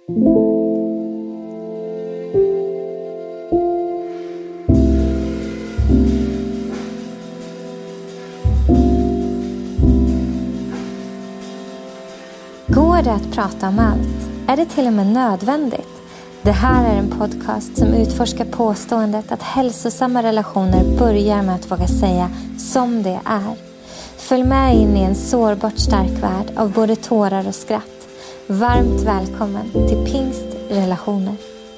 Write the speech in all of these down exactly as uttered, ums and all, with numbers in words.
Går det att prata om allt? Är det till och med nödvändigt? Det här är en podcast som utforskar påståendet att hälsosamma relationer börjar med att våga säga som det är. Följ med in i en sårbart stark värld av både tårar och skratt. Varmt välkommen till Pingstrelationer.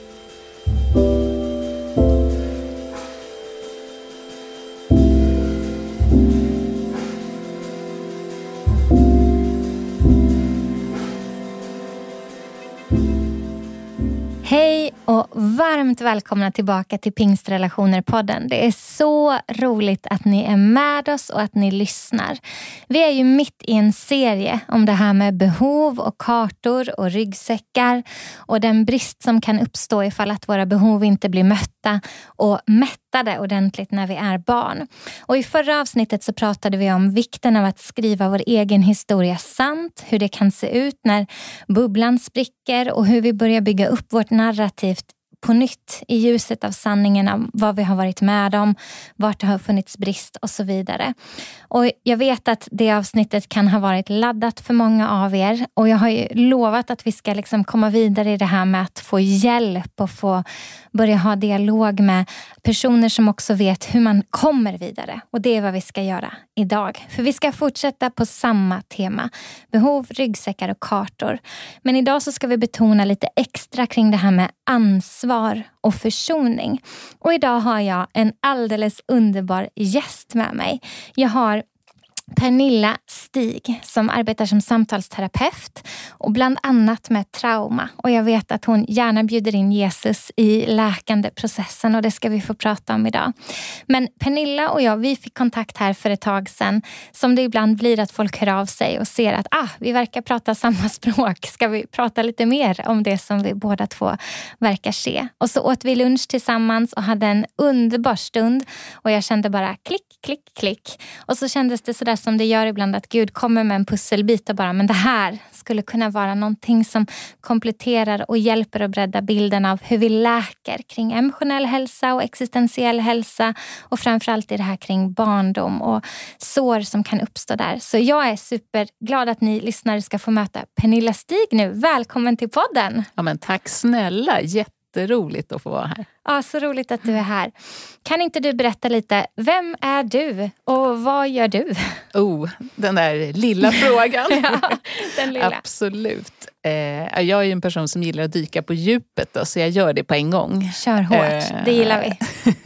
Hej och varmt välkomna tillbaka till Pingstrelationer-podden. Det är så roligt att ni är med oss och att ni lyssnar. Vi är ju mitt i en serie om det här med behov och kartor och ryggsäckar och den brist som kan uppstå ifall att våra behov inte blir mötta och mättade ordentligt när vi är barn. Och i förra avsnittet så pratade vi om vikten av att skriva vår egen historia sant, hur det kan se ut när bubblan spricker och hur vi börjar bygga upp vårt narrativt på nytt i ljuset av sanningen om vad vi har varit med om, vart det har funnits brist och så vidare. Och jag vet att det avsnittet kan ha varit laddat för många av er och jag har ju lovat att vi ska liksom komma vidare i det här med att få hjälp och få börja ha dialog med personer som också vet hur man kommer vidare. Och det är vad vi ska göra idag. För vi ska fortsätta på samma tema. Behov, ryggsäckar och kartor. Men idag så ska vi betona lite extra kring det här med ansvar och försoning. Och idag har jag en alldeles underbar gäst med mig. Jag har Pernilla Stig som arbetar som samtalsterapeut och bland annat med trauma. Och jag vet att hon gärna bjuder in Jesus i läkande processen och det ska vi få prata om idag. Men Pernilla och jag, vi fick kontakt här för ett tag sedan som det ibland blir att folk hör av sig och ser att ah, vi verkar prata samma språk. Ska vi prata lite mer om det som vi båda två verkar se? Och så åt vi lunch tillsammans och hade en underbar stund och jag kände bara klick, klick, klick. Och så kändes det sådär som det gör ibland att Gud kommer med en pusselbit och bara, men det här skulle kunna vara någonting som kompletterar och hjälper att bredda bilden av hur vi läker kring emotionell hälsa och existentiell hälsa och framförallt i det här kring barndom och sår som kan uppstå där. Så jag är superglad att ni lyssnare ska få möta Pernilla Stig nu. Välkommen till podden! Ja men tack snälla, jätteroligt att få vara här. Ja, så roligt att du är här. Kan inte du berätta lite, vem är du och vad gör du? Oh, den där lilla frågan. Ja, den lilla. Absolut. Eh, jag är ju en person som gillar att dyka på djupet då, så jag gör det på en gång. Kör hårt, eh, det gillar vi.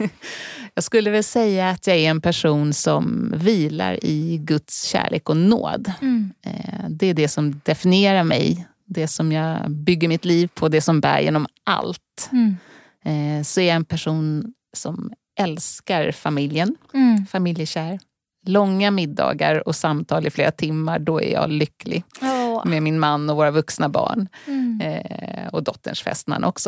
Jag skulle väl säga att jag är en person som vilar i Guds kärlek och nåd. Mm. Eh, det är det som definierar mig. Det som jag bygger mitt liv på, det som bär genom allt. Mm. Så är jag en person som älskar familjen, mm. familjekär. Långa middagar och samtal i flera timmar, då är jag lycklig. Oh. Med min man och våra vuxna barn. Mm. Eh, och dotterns fästman också.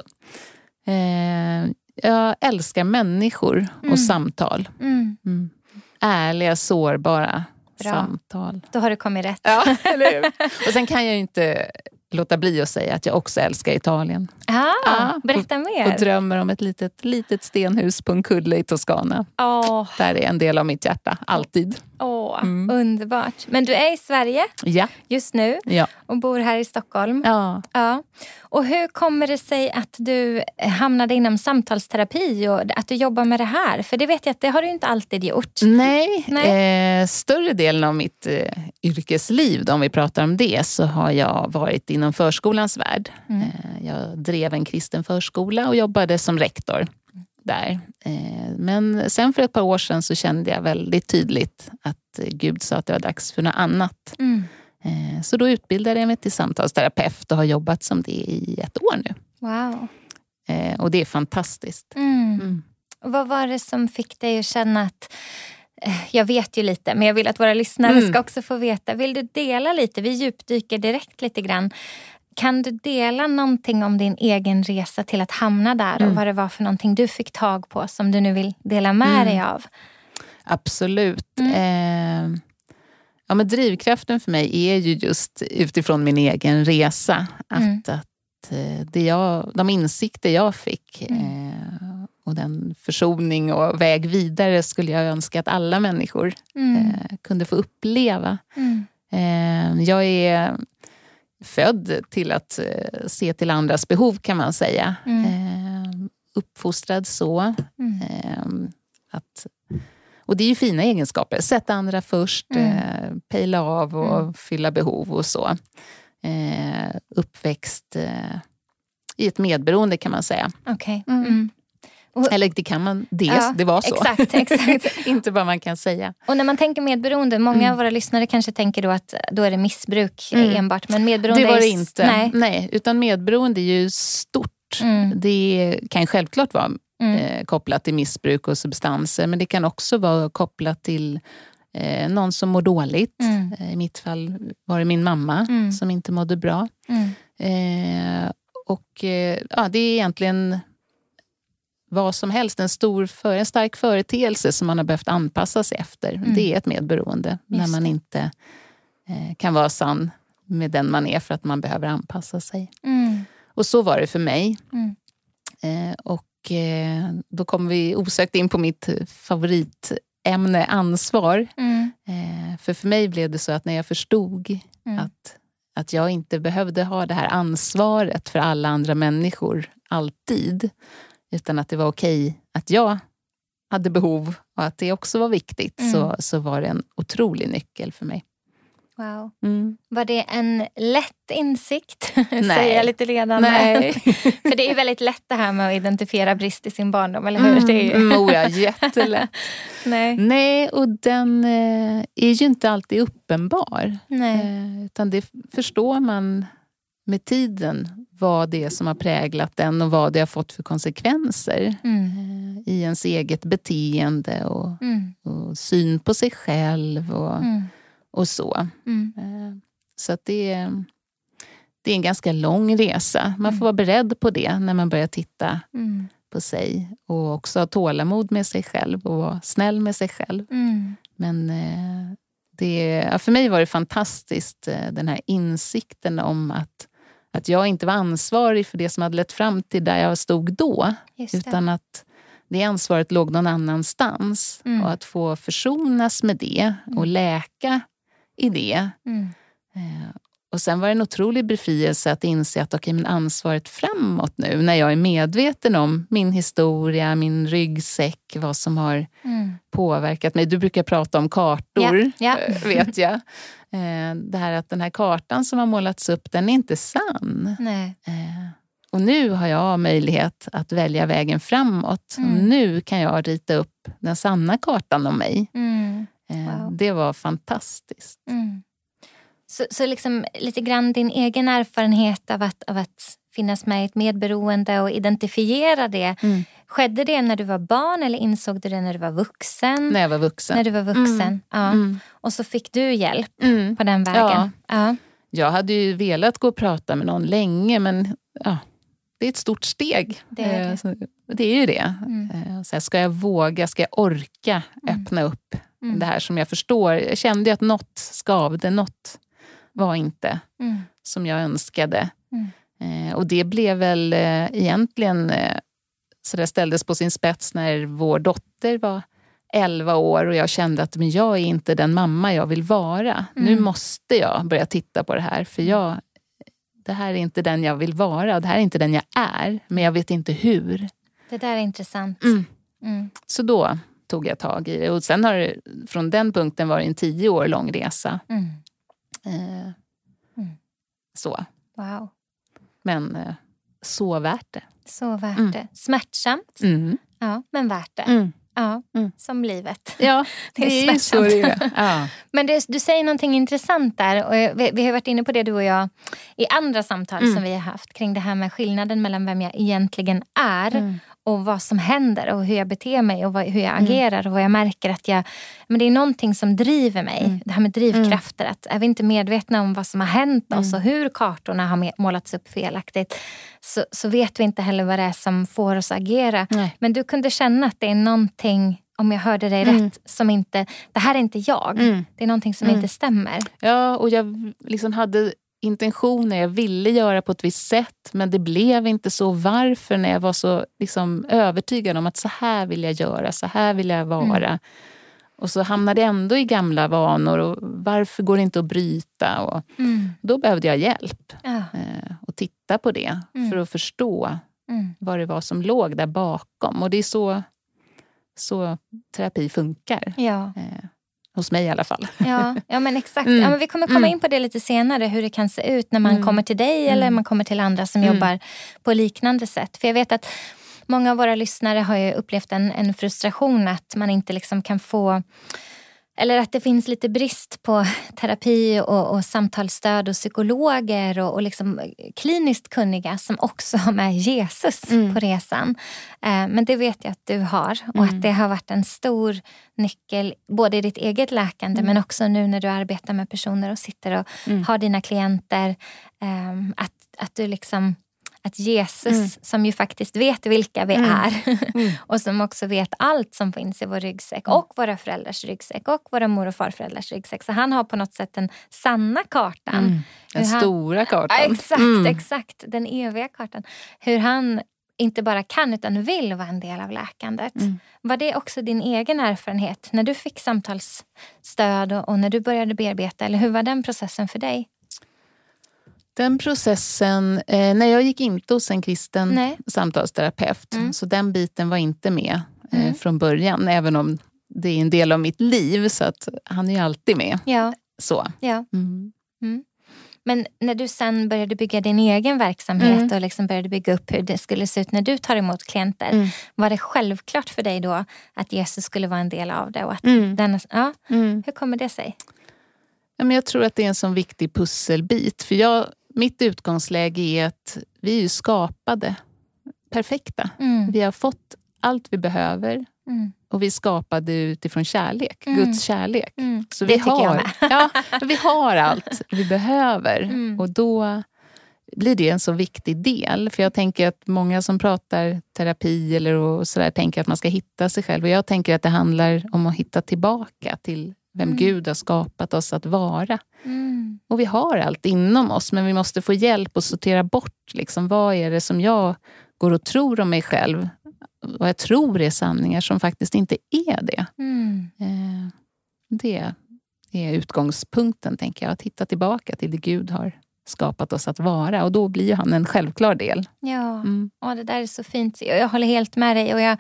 Eh, jag älskar människor och mm. samtal. Mm. Mm. Ärliga, sårbara Bra. samtal. Då har du kommit rätt. Ja, eller hur? Och sen kan jag ju inte låta bli att säga att jag också älskar Italien. Ah, ja, berätta mer. Och, och drömmer om ett litet, litet stenhus på en kulle i Toscana. Oh. Där är en del av mitt hjärta, alltid. Åh, oh, mm. underbart. Men du är i Sverige ja. just nu ja. och bor här i Stockholm. Ja. ja. Och hur kommer det sig att du hamnade inom samtalsterapi och att du jobbar med det här? För det vet jag att det har du inte alltid gjort. Nej, Nej. Eh, större delen av mitt eh, yrkesliv, då, om vi pratar om det, så har jag varit inom förskolans värld. Mm. Eh, jag drev en kristen förskola och jobbade som rektor där. Men sen för ett par år sedan så kände jag väldigt tydligt att Gud sa att det var dags för något annat. Mm. Så då utbildade jag mig till samtalsterapeut och har jobbat som det i ett år nu. Wow. Och det är fantastiskt. Mm. Mm. Vad var det som fick dig att känna att, jag vet ju lite, men jag vill att våra lyssnare mm. ska också få veta. Vill du dela lite? Vi djupdyker direkt lite grann. Kan du dela någonting om din egen resa till att hamna där mm. och vad det var för någonting du fick tag på som du nu vill dela med mm. dig av? Absolut. Mm. Eh, ja, men drivkraften för mig är ju just utifrån min egen resa att, mm. att att det jag, de insikter jag fick mm. eh, och den försoning och väg vidare skulle jag önska att alla människor mm. eh, kunde få uppleva. Mm. Eh, jag är född till att eh, se till andras behov, kan man säga. Mm. Eh, uppfostrad så. Mm. Eh, att, och det är ju fina egenskaper. Sätta andra först, mm. eh, pejla av och mm. fylla behov och så. Eh, uppväxt eh, i ett medberoende, kan man säga. Okej. Okay. Mm. Eller det kan man, det, ja, det var så. Exakt, exakt. Inte vad man kan säga. Och när man tänker medberoende, många mm. av våra lyssnare kanske tänker då att då är det missbruk mm. enbart. Men medberoende det var det är... inte. Nej. Nej, utan medberoende är ju stort. Mm. Det kan självklart vara mm. eh, kopplat till missbruk och substanser. Men det kan också vara kopplat till eh, någon som mår dåligt. Mm. Eh, I mitt fall var det min mamma mm. som inte mådde bra. Mm. Eh, och eh, ja, det är egentligen... vad som helst, en stor för, en stark företeelse som man har behövt anpassa sig efter. Mm. Det är ett medberoende. Just när man inte eh, kan vara sann med den man är för att man behöver anpassa sig. Mm. Och så var det för mig. Mm. Eh, och eh, då kommer vi osökt in på mitt favoritämne, ansvar. Mm. Eh, för för mig blev det så att när jag förstod mm. att, att jag inte behövde ha det här ansvaret för alla andra människor alltid, utan att det var okej att jag hade behov och att det också var viktigt. Mm. Så, så var det en otrolig nyckel för mig. Wow. Mm. Var det en lätt insikt? Nej. Säger jag lite ledande. Nej. För det är väldigt lätt det här med att identifiera brist i sin barndom, eller hur? Mm. Det är ju... mm, oh ja, jättelätt. Nej. Nej, och den eh, är ju inte alltid uppenbar. Nej. Eh, utan det förstår man med tiden, vad det är som har präglat den och vad det har fått för konsekvenser mm. eh, i ens eget beteende och, mm. och syn på sig själv och, mm. och så. Mm. Eh, så att det, är, det är en ganska lång resa. Man får vara beredd på det när man börjar titta mm. på sig och också ha tålamod med sig själv och vara snäll med sig själv. Mm. Men eh, det, ja, för mig var det fantastiskt, eh, den här insikten om att Att jag inte var ansvarig för det som hade lett fram till där jag stod då. Utan att det ansvaret låg någon annanstans. Mm. Och att få försonas med det och läka i det. Mm. Eh, och sen var det en otrolig befrielse att inse att okej, men ansvaret framåt nu. När jag är medveten om min historia, min ryggsäck, vad som har mm. påverkat mig. Du brukar prata om kartor, yeah, yeah. vet jag. Det här att den här kartan som har målats upp, den är inte sann. Nej. Och nu har jag möjlighet att välja vägen framåt. Mm. Och nu kan jag rita upp den sanna kartan om mig. Mm. Wow. Det var fantastiskt. Mm. Så, så liksom lite grann din egen erfarenhet av att, av att finnas med i ett medberoende och identifiera det. Mm. Skedde det när du var barn eller insåg du det när du var vuxen? När jag var vuxen. När du var vuxen, mm. ja. Mm. Och så fick du hjälp mm. på den vägen. Ja. Ja. Jag hade ju velat gå och prata med någon länge, men ja, det är ett stort steg. Det är, det. Så, det är ju det. Mm. Så här, ska jag våga, ska jag orka öppna mm. upp mm. det här som jag förstår? Jag kände ju att något skavde, något var inte mm. som jag önskade. Mm. Eh, och det blev väl eh, egentligen eh, så det ställdes på sin spets när vår dotter var elva år och jag kände att men jag är inte den mamma jag vill vara. Mm. Nu måste jag börja titta på det här, för jag, det här är inte den jag vill vara. Det här är inte den jag är, men jag vet inte hur. Det där är intressant. Mm. Mm. Så då tog jag tag i det. Och sen har det, från den punkten var det en tio år lång resa. Mm. Eh, mm. Så. Wow. Men eh, så värt det. Så värt mm. det. Smärtsamt. Mm. Ja, men värt det. Mm. Ja, mm. som livet. Ja, det är, det är så det är. Ja. Men det, du säger någonting intressant där. Och vi, vi har varit inne på det, du och jag, i andra samtal mm. som vi har haft kring det här med skillnaden mellan vem jag egentligen är mm. och vad som händer och hur jag beter mig och vad, hur jag agerar mm. och vad jag märker att jag... Men det är någonting som driver mig. Mm. Det här med drivkrafter. Att är vi inte medvetna om vad som har hänt mm. oss och hur kartorna har målats upp felaktigt, så, så vet vi inte heller vad det är som får oss att agera. Nej. Men du kunde känna att det är någonting, om jag hörde dig mm. rätt, som inte... Det här är inte jag. Mm. Det är någonting som mm. inte stämmer. Ja, och jag liksom hade intentioner. Jag ville göra på ett visst sätt, men det blev inte så. Varför, när jag var så liksom övertygad om att så här vill jag göra, så här vill jag vara. Mm. Och så hamnade jag ändå i gamla vanor. Och varför går det inte att bryta? Och mm. Då behövde jag hjälp. Ja. Eh, och titta på det. Mm. För att förstå mm. vad det var som låg där bakom. Och det är så, så terapi funkar. Ja. Eh, hos mig i alla fall. Ja, ja men exakt. Mm. Ja, men vi kommer komma in på det lite senare. Hur det kan se ut när man mm. kommer till dig. Eller man kommer till andra som mm. jobbar på liknande sätt. För jag vet att många av våra lyssnare har ju upplevt en, en frustration att man inte liksom kan få, eller att det finns lite brist på terapi och, och samtalsstöd och psykologer och, och liksom kliniskt kunniga som också har med Jesus mm. på resan. Eh, men det vet jag att du har och mm. att det har varit en stor nyckel både i ditt eget läkande mm. men också nu när du arbetar med personer och sitter och mm. har dina klienter. Eh, att, att du liksom Att Jesus, mm. som ju faktiskt vet vilka vi mm. är mm. och som också vet allt som finns i vår ryggsäck mm. och våra föräldrars ryggsäck och våra mor- och farföräldrars ryggsäck. Så han har på något sätt den sanna kartan. Mm. Den han, stora kartan. Ja, exakt, mm. exakt. Den eviga kartan. Hur han inte bara kan utan vill vara en del av läkandet. Mm. Var det också din egen erfarenhet när du fick samtalsstöd och, och när du började bearbeta? Eller hur var den processen för dig? Den processen, eh, när jag gick inte hos en kristen Nej. samtalsterapeut, mm. så den biten var inte med eh, mm. från början, även om det är en del av mitt liv, så att han är ju alltid med. Ja. Så. Ja. Mm. Mm. Men när du sen började bygga din egen verksamhet mm. och liksom började bygga upp hur det skulle se ut när du tar emot klienter, mm. var det självklart för dig då att Jesus skulle vara en del av det? Och att mm. den, ja, mm. hur kommer det sig? Ja, men jag tror att det är en sån viktig pusselbit, för jag mitt utgångsläge är att vi är ju skapade perfekta. Mm. Vi har fått allt vi behöver. Mm. Och vi är skapade utifrån kärlek. Mm. Guds kärlek. Mm. Så vi har, ja, vi har allt vi behöver. Mm. Och då blir det en så viktig del. För jag tänker att många som pratar terapi eller och sådär tänker att man ska hitta sig själv. Och jag tänker att det handlar om att hitta tillbaka till vem mm. Gud har skapat oss att vara. Mm. Och vi har allt inom oss, men vi måste få hjälp att sortera bort. Liksom, vad är det som jag går och tror om mig själv? Vad jag tror är sanningar som faktiskt inte är det. Mm. Eh, det är utgångspunkten, tänker jag. Att hitta tillbaka till det Gud har skapat oss att vara. Och då blir ju han en självklar del. Ja, mm. och det där är så fint. Jag håller helt med dig och jag...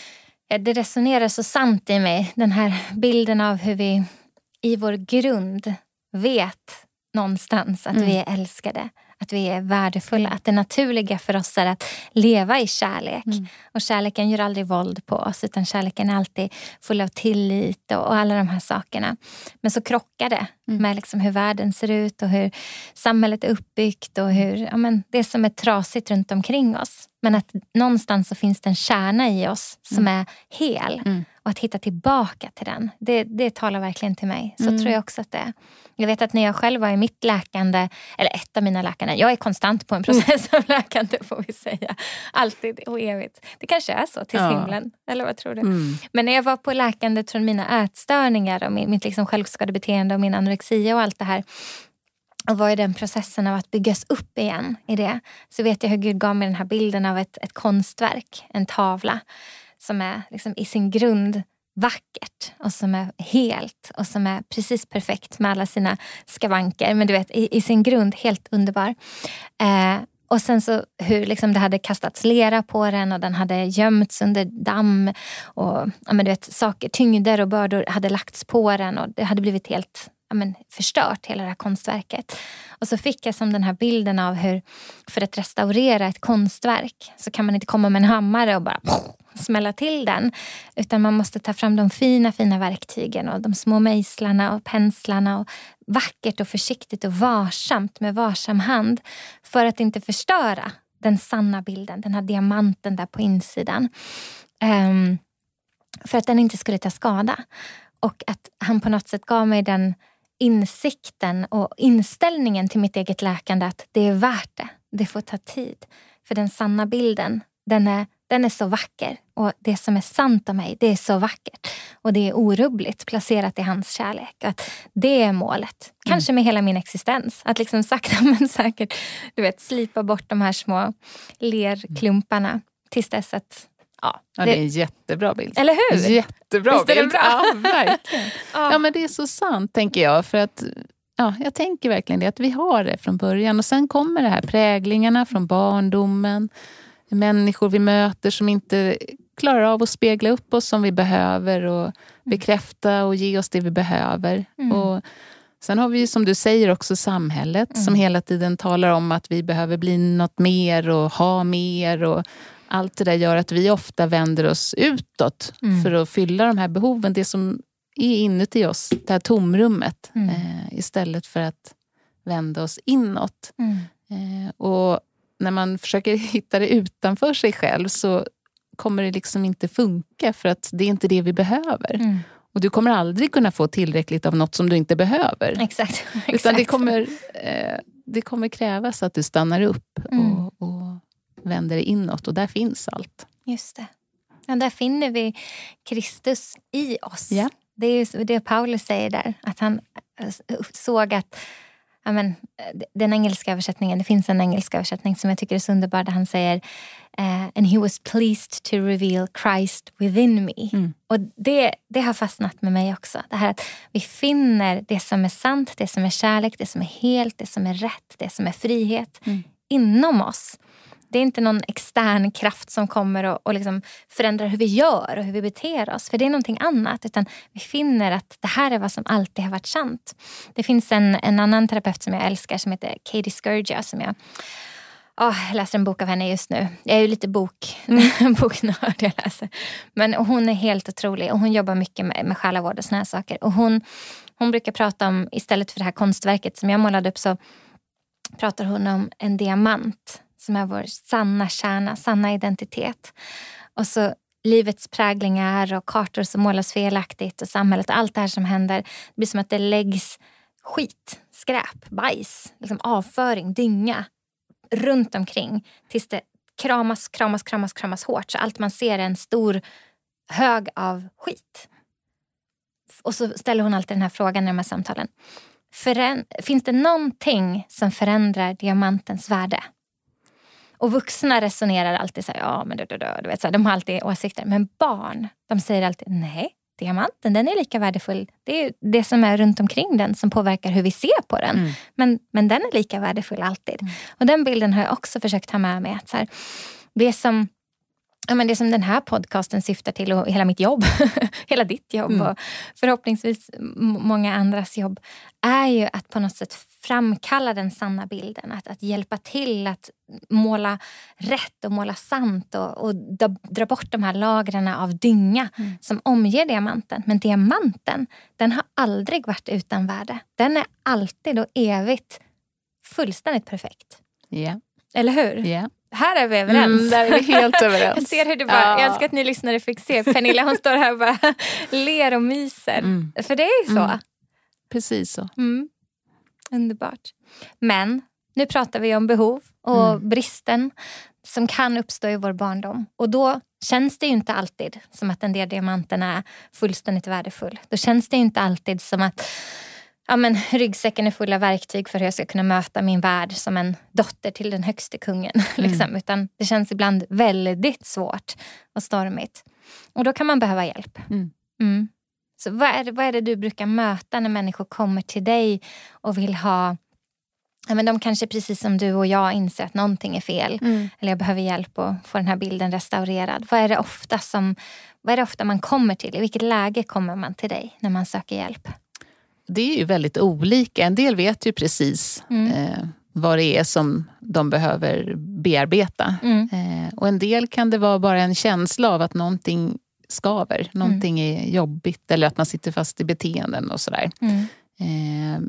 Det resonerar så sant i mig. Den här bilden av hur vi i vår grund vet någonstans att mm. vi är älskade. Att vi är värdefulla. Att det naturliga för oss är att leva i kärlek. Mm. Och kärleken gör aldrig våld på oss. Utan kärleken är alltid full av tillit och, och alla de här sakerna. Men så krockar det mm. med liksom hur världen ser ut. Och hur samhället är uppbyggt. Och hur, ja, men, det som är trasigt runt omkring oss. Men att någonstans så finns det en kärna i oss som mm. är hel. Mm. Och att hitta tillbaka till den. Det, det talar verkligen till mig. Så mm. tror jag också att det är. Jag vet att när jag själv var i mitt läkande. Eller ett av mina läkande. Jag är konstant på en process mm. av läkande, får vi säga. Alltid och evigt. Det kanske är så till ja. himlen. Eller vad tror du? Mm. Men när jag var på läkande från mina ätstörningar. Och mitt liksom självskadebeteende och min anorexia och allt det här. Och var i den processen av att byggas upp igen i det. Så vet jag hur Gud gav mig den här bilden av ett, ett konstverk. En tavla. Som är liksom i sin grund vackert. Och som är helt. Och som är precis perfekt med alla sina skavanker. Men du vet, i, i sin grund helt underbar. Eh, och sen så hur liksom det hade kastats lera på den. Och den hade gömts under damm. Och ja, men du vet, saker, tyngder och bördor hade lagts på den. Och det hade blivit helt... Ja, men, förstört hela det här konstverket. Och så fick jag som den här bilden av hur för att restaurera ett konstverk så kan man inte komma med en hammare och bara pff, smälla till den. Utan man måste ta fram de fina, fina verktygen och de små mejslarna och penslarna och vackert och försiktigt och varsamt med varsam hand för att inte förstöra den sanna bilden, den här diamanten där på insidan. Um, för att den inte skulle ta skada. Och att han på något sätt gav mig den insikten och inställningen till mitt eget läkande att det är värt det. Det får ta tid. För den sanna bilden, den är, den är så vacker Och det som är sant om mig, det är så vackert. Och det är orubbligt placerat i hans kärlek. Att det är målet. Kanske med hela min existens. Att liksom sakta men säkert, du vet, slipa bort de här små lerklumparna. Tills dess att, ja. Ja, det, det är en jättebra bild. Eller hur? Jättebra Visst är bild. den bra? Ja, verkligen. Ja. Ja, men det är så sant, tänker jag. För att, ja, jag tänker verkligen det. Att vi har det från början. Och sen kommer det här präglingarna från barndomen. Människor vi möter som inte klarar av att spegla upp oss som vi behöver. Och bekräfta och ge oss det vi behöver. Mm. Och sen har vi, som du säger, också samhället. Mm. Som hela tiden talar om att vi behöver bli något mer och ha mer. Och allt det där gör att vi ofta vänder oss utåt. Mm. För att fylla de här behoven. Det som är inuti oss. Det här tomrummet. Mm. Eh, istället för att vända oss inåt. Mm. Eh, och när man försöker hitta det utanför sig själv så kommer det liksom inte funka. För att det är inte det vi behöver. Mm. Och du kommer aldrig kunna få tillräckligt av något som du inte behöver. Exakt. Utan Exakt. det kommer, eh, det kommer krävas att du stannar upp Mm. och, och vänder dig inåt. Och där finns allt. Just det. Ja, där finner vi Kristus i oss. Ja. Det är ju det Paulus säger där. Att han såg att, ja, men, den engelska översättningen, det finns en engelsk översättning som jag tycker är så underbar. Där han säger, uh, and he was pleased to reveal Christ within me. Mm. Och det, det har fastnat med mig också. Det här att vi finner det som är sant, det som är kärlek, det som är helt, det som är rätt, det som är frihet mm. inom oss. Det är inte någon extern kraft som kommer och, och liksom förändrar hur vi gör och hur vi beter oss. För det är någonting annat. Utan vi finner att det här är vad som alltid har varit sant. Det finns en, en annan terapeut som jag älskar som heter Katie Scourgia. Som jag, oh, jag läser en bok av henne just nu. Jag är ju lite bok, mm. boknörd jag läser. Men hon är helt otrolig. Och hon jobbar mycket med, med själavård och såna här saker. Och hon, hon brukar prata om, istället för det här konstverket som jag målade upp, så pratar hon om en diamant. Som är vår sanna kärna, sanna identitet. Och så livets präglingar och kartor som målas felaktigt. Och samhället och allt det här som händer. Det blir som att det läggs skit, skräp, bajs, liksom avföring, dynga. Runt omkring. Tills det kramas, kramas, kramas, kramas hårt. Så allt man ser är en stor hög av skit. Och så ställer hon alltid den här frågan i de här samtalen. Föränd- finns det någonting som förändrar diamantens värde? Och vuxna resonerar alltid så här, ja men du, du, du, du vet, så här, de har alltid åsikter. Men barn, de säger alltid, nej, diamanten den är lika värdefull. Det är det som är runt omkring den som påverkar hur vi ser på den. Mm. Men, men den är lika värdefull alltid. Mm. Och den bilden har jag också försökt ta med mig. Att så här, det som... Ja, men det som den här podcasten syftar till och hela mitt jobb, hela ditt jobb mm. och förhoppningsvis många andras jobb är ju att på något sätt framkalla den sanna bilden. Att, att hjälpa till att måla rätt och måla sant och, och dra, dra bort de här lagren av dynga mm. som omger diamanten. Men diamanten, den har aldrig varit utan värde. Den är alltid och evigt fullständigt perfekt. Ja. Yeah. Eller hur? Ja. Yeah. Här är vi överens. Mm, där är vi helt överens. Jag ser hur du bara, ja. Jag älskar att ni lyssnare fick se. Pernilla, hon står här och bara ler och myser. Mm. För det är ju så. Mm. Precis så. Mm. Underbart. Men nu pratar vi om behov och mm. bristen som kan uppstå i vår barndom. Och då känns det ju inte alltid som att den där diamanten är fullständigt värdefull. Då känns det ju inte alltid som att ja, men, ryggsäcken är full av verktyg för hur jag ska kunna möta min värld som en dotter till den högste kungen. Mm. Liksom. Utan det känns ibland väldigt svårt och stormigt. Och då kan man behöva hjälp. Mm. Mm. Så vad är, det, vad är det du brukar möta när människor kommer till dig och vill ha... Ja, men de kanske precis som du och jag inser att någonting är fel. Mm. Eller jag behöver hjälp att få den här bilden restaurerad. Vad är det ofta som, vad är det ofta man kommer till? I vilket läge kommer man till dig när man söker hjälp? Det är ju väldigt olika. En del vet ju precis mm. eh, vad det är som de behöver bearbeta. Mm. Eh, och en del kan det vara bara en känsla av att någonting skaver. Någonting mm. är jobbigt eller att man sitter fast i beteenden och sådär. Mm. Eh,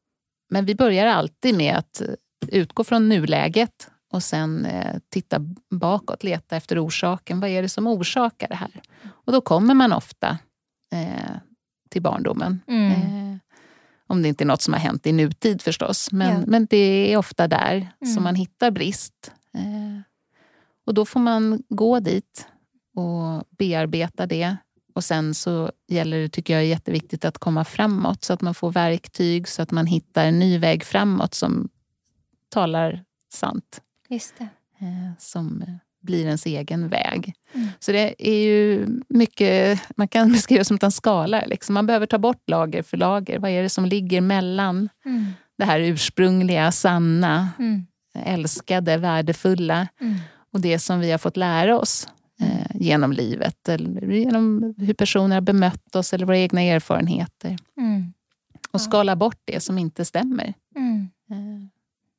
men vi börjar alltid med att utgå från nuläget och sen eh, titta bakåt, leta efter orsaken. Vad är det som orsakar det här? Och då kommer man ofta eh, till barndomen. Mm. Eh, om det inte är något som har hänt i nutid förstås. Men, ja. men det är ofta där mm. som man hittar brist. Eh, och då får man gå dit och bearbeta det. Och sen så gäller det, tycker jag är jätteviktigt, att komma framåt så att man får verktyg, så att man hittar en ny väg framåt som talar sant. Just det. Som blir ens egen väg. Mm. Så det är ju mycket, man kan beskriva som en skala. Liksom. Man behöver ta bort lager för lager. Vad är det som ligger mellan mm. det här ursprungliga, sanna, mm. älskade, värdefulla mm. och det som vi har fått lära oss eh, genom livet, eller genom hur personer har bemött oss eller våra egna erfarenheter. Mm. Och ja. skala bort det som inte stämmer. Mm. Eh.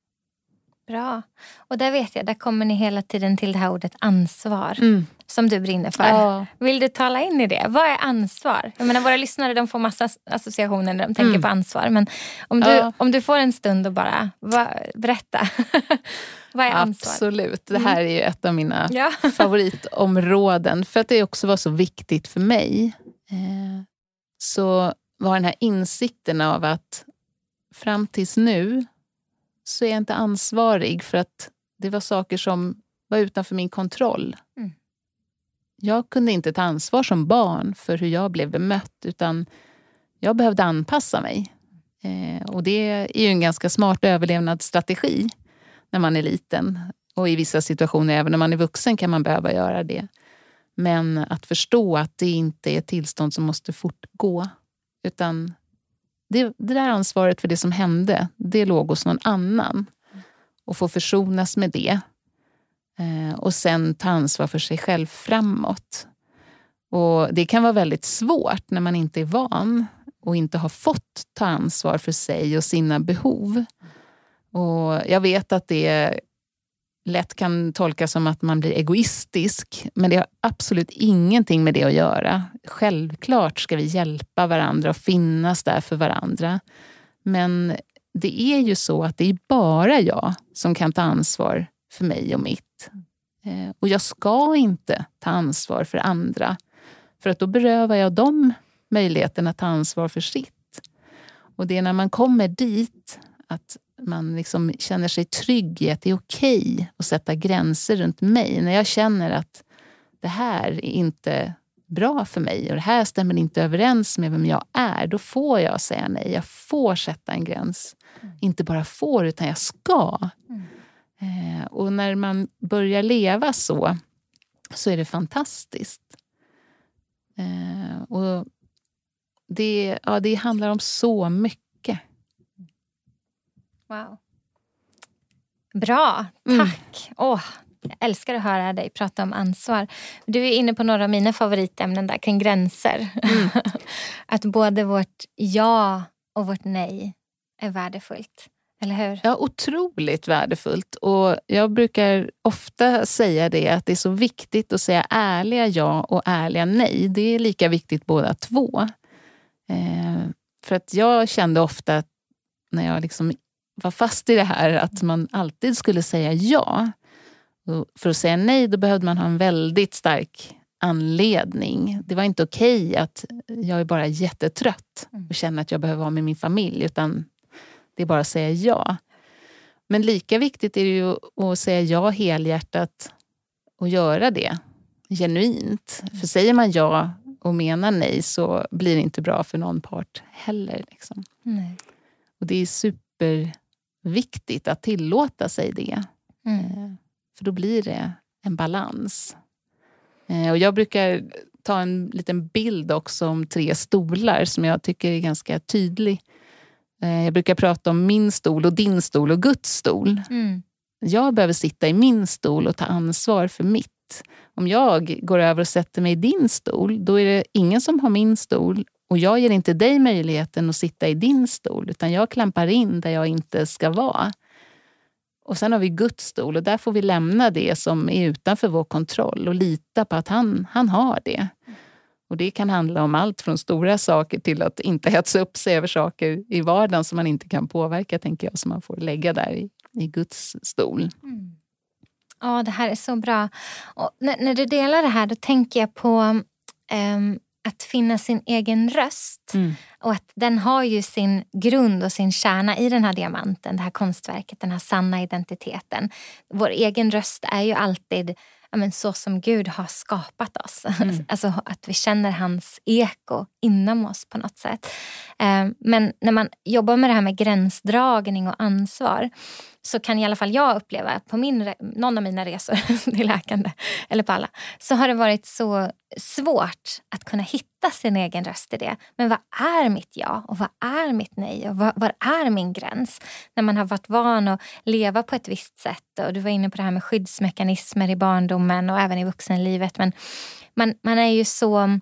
Bra. Och där vet jag, där kommer ni hela tiden till det här ordet ansvar. Mm. Som du brinner för. Ja. Vill du tala in i det? Vad är ansvar? Jag menar, våra lyssnare, de får massa associationer när de tänker mm. på ansvar. Men om du, ja. om du får en stund och bara va, berätta. Vad är ansvar? Absolut. Det här är ju ett av mina ja. favoritområden. För att det också var så viktigt för mig. Eh, så var den här insikten av att fram tills nu så är jag inte ansvarig för att det var saker som var utanför min kontroll. Mm. Jag kunde inte ta ansvar som barn för hur jag blev bemött, utan jag behövde anpassa mig. Eh, och det är ju en ganska smart överlevnadsstrategi när man är liten. Och i vissa situationer, även när man är vuxen, kan man behöva göra det. Men att förstå att det inte är ett tillstånd som måste fortgå, utan Det, det där ansvaret för det som hände, det låg hos någon annan. Och få försonas med det. Eh, och sen ta ansvar för sig själv framåt. Och det kan vara väldigt svårt när man inte är van. Och inte har fått ta ansvar för sig och sina behov. Och jag vet att det lätt kan tolkas som att man blir egoistisk. Men det har absolut ingenting med det att göra. Självklart ska vi hjälpa varandra och finnas där för varandra. Men det är ju så att det är bara jag som kan ta ansvar för mig och mitt. Och jag ska inte ta ansvar för andra. För att då berövar jag dem möjligheten att ta ansvar för sitt. Och det är när man kommer dit att man liksom känner sig trygg i att det är okej att sätta gränser runt mig. När jag känner att det här är inte bra för mig och det här stämmer inte överens med vem jag är, då får jag säga nej. Jag får sätta en gräns. Mm. Inte bara får, utan jag ska. Mm. Eh, och när man börjar leva så, så är det fantastiskt. Eh, och det, ja, det handlar om så mycket. Wow. Bra, tack. Mm. Oh, jag älskar att höra dig prata om ansvar. Du är inne på några av mina favoritämnen där kring gränser. Mm. Att både vårt ja och vårt nej är värdefullt. Eller hur? Ja, otroligt värdefullt. Och jag brukar ofta säga det, att det är så viktigt att säga ärliga ja och ärliga nej. Det är lika viktigt båda två. Eh, för att jag kände ofta att när jag liksom var fast i det här att man alltid skulle säga ja. Och för att säga nej, då behövde man ha en väldigt stark anledning. Det var inte okej att jag är bara jättetrött och känner att jag behöver vara med min familj, utan det är bara att säga ja. Men lika viktigt är det ju att säga ja helhjärtat och göra det genuint. För säger man ja och menar nej, så blir det inte bra för någon part heller. Liksom. Nej. Och det är superviktigt att tillåta sig det. Mm. För då blir det en balans. Och jag brukar ta en liten bild också om tre stolar som jag tycker är ganska tydlig. Jag brukar prata om min stol och din stol och Guds stol. Mm. Jag behöver sitta i min stol och ta ansvar för mitt. Om jag går över och sätter mig i din stol, då är det ingen som har min stol. Och jag ger inte dig möjligheten att sitta i din stol, utan jag klampar in där jag inte ska vara. Och sen har vi Guds stol, och där får vi lämna det som är utanför vår kontroll och lita på att han, han har det. Och det kan handla om allt från stora saker till att inte hetsa upp sig över saker i vardagen som man inte kan påverka, tänker jag, som man får lägga där i, i Guds stol. Mm. Ja, det här är så bra. Och när, när du delar det här, då tänker jag på um, att finna sin egen röst. Mm. Och att den har ju sin grund och sin kärna i den här diamanten, det här konstverket, den här sanna identiteten. Vår egen röst är ju alltid ja, men så som Gud har skapat oss. Mm. Alltså att vi känner hans eko inom oss på något sätt. Eh, men när man jobbar med det här med gränsdragning och ansvar, så kan i alla fall jag uppleva på min, någon av mina resor till läkande, eller på alla, så har det varit så svårt att kunna hitta sin egen röst i det. Men vad är mitt ja och vad är mitt nej och vad, vad är min gräns? När man har varit van att leva på ett visst sätt, och du var inne på det här med skyddsmekanismer i barndomen och även i vuxenlivet, men man, man är ju så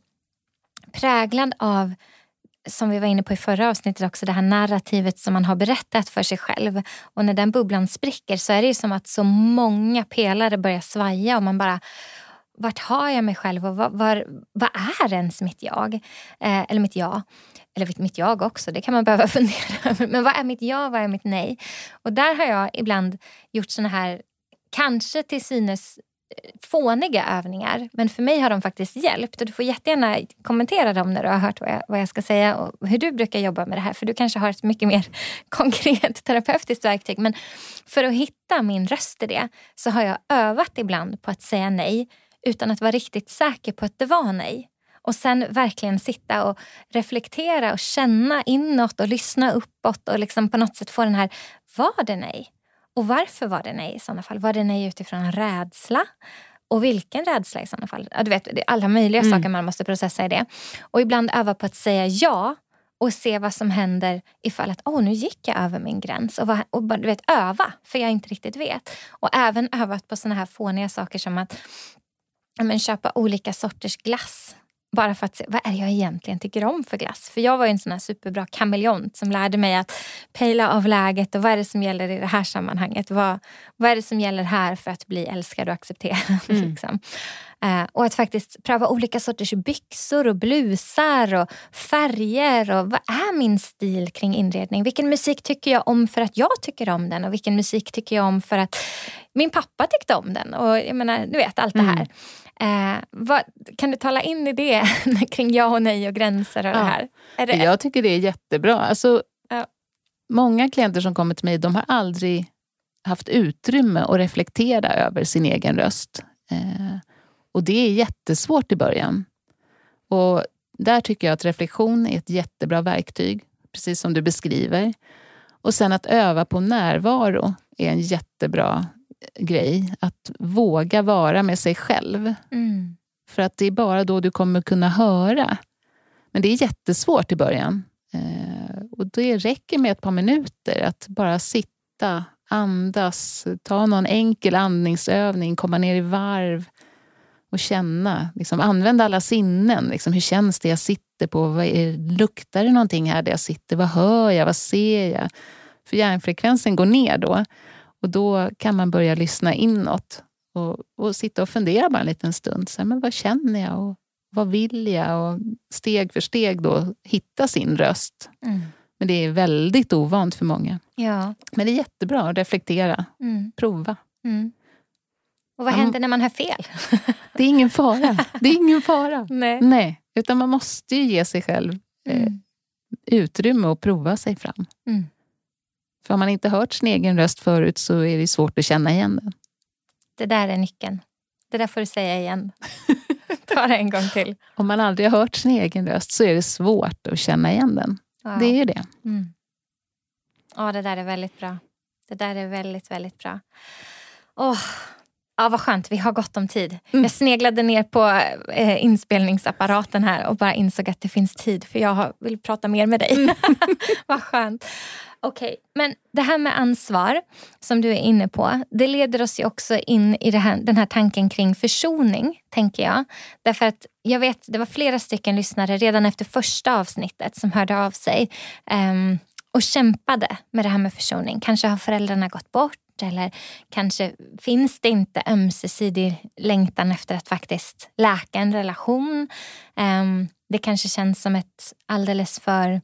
präglad av, som vi var inne på i förra avsnittet också, det här narrativet som man har berättat för sig själv. Och när den bubblan spricker så är det ju som att så många pelare börjar svaja och man bara, vart har jag mig själv och vad, var, vad är ens mitt jag? Eh, eller mitt ja. Eller mitt jag också, det kan man behöva fundera över. Men vad är mitt ja, vad är mitt nej? Och där har jag ibland gjort såna här, kanske till synes fåniga övningar, men för mig har de faktiskt hjälpt, och du får jättegärna kommentera dem när du har hört vad jag, vad jag ska säga och hur du brukar jobba med det här, för du kanske har ett mycket mer konkret terapeutiskt verktyg. Men för att hitta min röst i det så har jag övat ibland på att säga nej utan att vara riktigt säker på att det var nej. Och sen verkligen sitta och reflektera och känna inåt och lyssna uppåt och liksom på något sätt få den här, var det nej? Och varför var det nej i sådana fall? Var det nej utifrån en rädsla? Och vilken rädsla i sådana fall? Ja, du vet, det är alla möjliga mm. saker man måste processa i det. Och ibland öva på att säga ja och se vad som händer ifall att, åh, nu gick jag över min gräns. Och, vad, och du vet, öva, för jag inte riktigt vet. Och även övat på sådana här fåniga saker som att ja, men, köpa olika sorters glass. Bara för att se, vad är jag egentligen tycker om för glass? För jag var ju en sån här superbra kameleont som lärde mig att pejla av läget. Och vad är det som gäller i det här sammanhanget? Vad, vad är det som gäller här för att bli älskad och accepterad? Mm. liksom. uh, och att faktiskt pröva olika sorters byxor och blusar och färger. Och vad är min stil kring inredning? Vilken musik tycker jag om för att jag tycker om den? Och vilken musik tycker jag om för att min pappa tyckte om den? Och jag menar, du vet, allt det här. Mm. Eh, vad, kan du tala in i det kring ja och nej och gränser och ja. det här? Är det... Jag tycker det är jättebra. Alltså, ja. Många klienter som kommer till mig, de har aldrig haft utrymme att reflektera över sin egen röst. Eh, och det är jättesvårt i början. Och där tycker jag att reflektion är ett jättebra verktyg, precis som du beskriver. Och sen att öva på närvaro är en jättebra grej, att våga vara med sig själv. Mm. För att det är bara då du kommer kunna höra. Men det är jättesvårt i början. Eh, och det räcker med ett par minuter att bara sitta, andas, ta någon enkel andningsövning, komma ner i varv och känna, liksom, använda alla sinnen. Liksom, hur känns det jag sitter på? Vad är, luktar det någonting här där jag sitter? Vad hör jag? Vad ser jag? För hjärnfrekvensen går ner då. Och då kan man börja lyssna inåt och, och sitta och fundera bara en liten stund. Så här, men vad känner jag och vad vill jag? Och steg för steg då hitta sin röst. Mm. Men det är väldigt ovant för många. Ja. Men det är jättebra att reflektera. Mm. Prova. Mm. Och vad händer man, när man har fel? Det är ingen fara. Det är ingen fara. Nej. Nej. Utan man måste ju ge sig själv eh, mm. utrymme och prova sig fram. Mm. För om man inte hört sin egen röst förut så är det svårt att känna igen den. Det där är nyckeln. Det där får du säga igen. Ta det en gång till. Om man aldrig har hört sin egen röst så är det svårt att känna igen den. Wow. Det är ju det. Mm. Ja, det där är väldigt bra. Det där är väldigt, väldigt bra. Åh, ja, vad skönt. Vi har gott om tid. Mm. Jag sneglade ner på eh, inspelningsapparaten här och bara insåg att det finns tid. För jag har, vill prata mer med dig. Mm. Vad skönt. Okej, okay. Men det här med ansvar som du är inne på, det leder oss ju också in i det här, den här tanken kring försoning, tänker jag. Därför att jag vet, det var flera stycken lyssnare redan efter första avsnittet som hörde av sig um, och kämpade med det här med försoning. Kanske har föräldrarna gått bort eller kanske finns det inte ömsesidig längtan efter att faktiskt läka en relation. Um, det kanske känns som ett alldeles för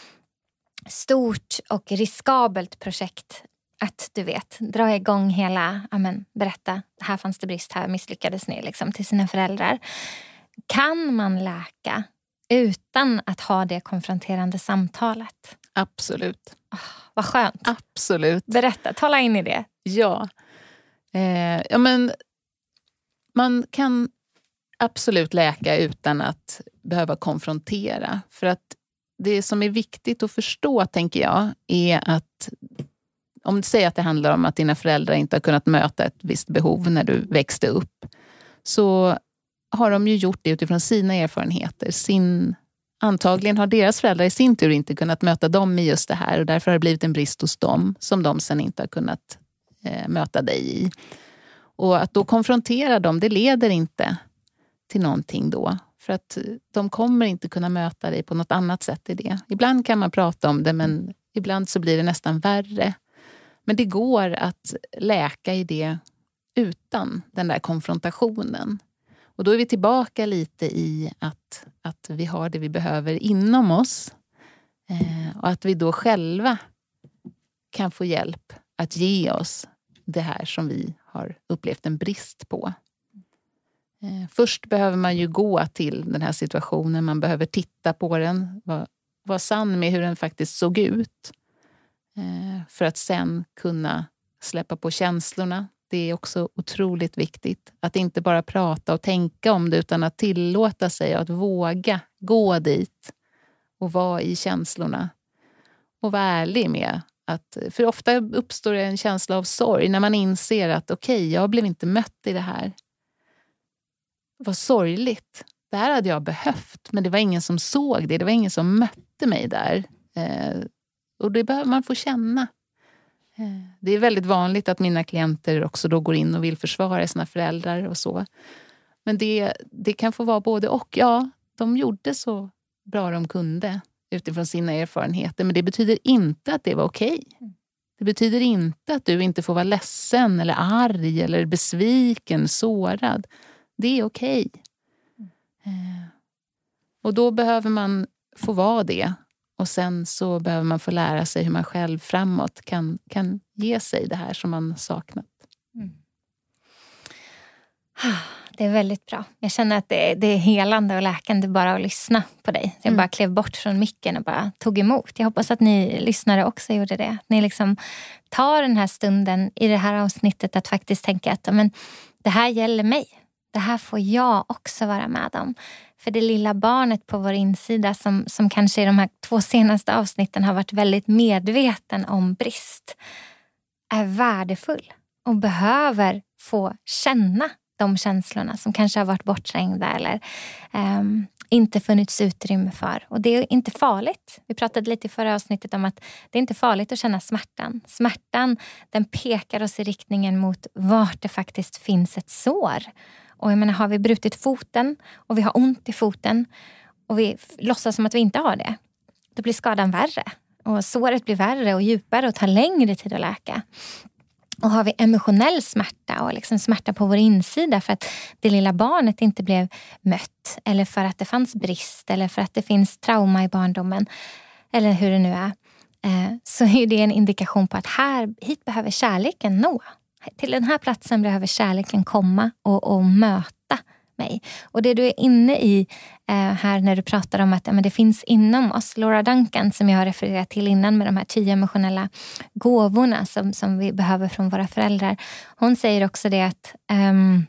stort och riskabelt projekt att, du vet, dra igång hela, amen, berätta, här fanns det brist, här misslyckades ni, liksom, till sina föräldrar. Kan man läka utan att ha det konfronterande samtalet? Absolut. Oh, vad skönt. Absolut. Berätta, tala in i det. Ja. Eh, ja men Man kan absolut läka utan att behöva konfrontera. För att det som är viktigt att förstå, tänker jag, är att om du säger att det handlar om att dina föräldrar inte har kunnat möta ett visst behov när du växte upp, så har de ju gjort det utifrån sina erfarenheter. Sin, antagligen har deras föräldrar i sin tur inte kunnat möta dem i just det här, och därför har det blivit en brist hos dem som de sen inte har kunnat eh, möta dig i. Och att då konfrontera dem, det leder inte till någonting då. För att de kommer inte kunna möta dig på något annat sätt i det. Ibland kan man prata om det, men ibland så blir det nästan värre. Men det går att läka i det utan den där konfrontationen. Och då är vi tillbaka lite i att, att vi har det vi behöver inom oss. Eh, och att vi då själva kan få hjälp att ge oss det här som vi har upplevt en brist på. Eh, först behöver man ju gå till den här situationen. Man behöver titta på den. Vara var sann med hur den faktiskt såg ut. Eh, för att sen kunna släppa på känslorna. Det är också otroligt viktigt. Att inte bara prata och tänka om det, utan att tillåta sig att våga gå dit. Och vara i känslorna. Och vara ärlig med att, för ofta uppstår en känsla av sorg när man inser att okej, okay, jag blev inte mött i det här. Vad sorgligt. Det här hade jag behövt, men det var ingen som såg det. Det var ingen som mötte mig där. Eh, och det behöver man få känna. Eh, det är väldigt vanligt att mina klienter också då går in och vill försvara sina föräldrar och så. Men det, det kan få vara både och. Ja, de gjorde så bra de kunde utifrån sina erfarenheter. Men det betyder inte att det var okej. Det betyder inte att du inte får vara ledsen eller arg eller besviken, sårad. Det är okej. Eh, och då behöver man få vara det. Och sen så behöver man få lära sig hur man själv framåt kan, kan ge sig det här som man saknat. Mm. Det är väldigt bra. Jag känner att det är, det är helande och läkande bara att lyssna på dig. Jag mm. bara klev bort från micken och bara tog emot. Jag hoppas att ni lyssnare också gjorde det. Ni liksom tar den här stunden i det här avsnittet att faktiskt tänka att men, det här gäller mig. Det här får jag också vara med om. För det lilla barnet på vår insida som, som kanske i de här två senaste avsnitten har varit väldigt medveten om brist är värdefull och behöver få känna de känslorna som kanske har varit bortträngda eller um, inte funnits utrymme för. Och det är inte farligt. Vi pratade lite i förra avsnittet om att det är inte farligt att känna smärtan. Smärtan, den pekar oss i riktningen mot vart det faktiskt finns ett sår. Och jag menar, har vi brutit foten och vi har ont i foten och vi låtsas som att vi inte har det, då blir skadan värre. Och såret blir värre och djupare och tar längre tid att läka. Och har vi emotionell smärta och liksom smärta på vår insida för att det lilla barnet inte blev mött eller för att det fanns brist eller för att det finns trauma i barndomen eller hur det nu är, så är det en indikation på att här, hit behöver kärleken nå. Till den här platsen behöver kärleken komma och, och möta mig. Och det du är inne i eh, här när du pratar om att ja, men det finns inom oss. Laura Duncan som jag har refererat till innan med de här tio emotionella gåvorna som, som vi behöver från våra föräldrar. Hon säger också det att um,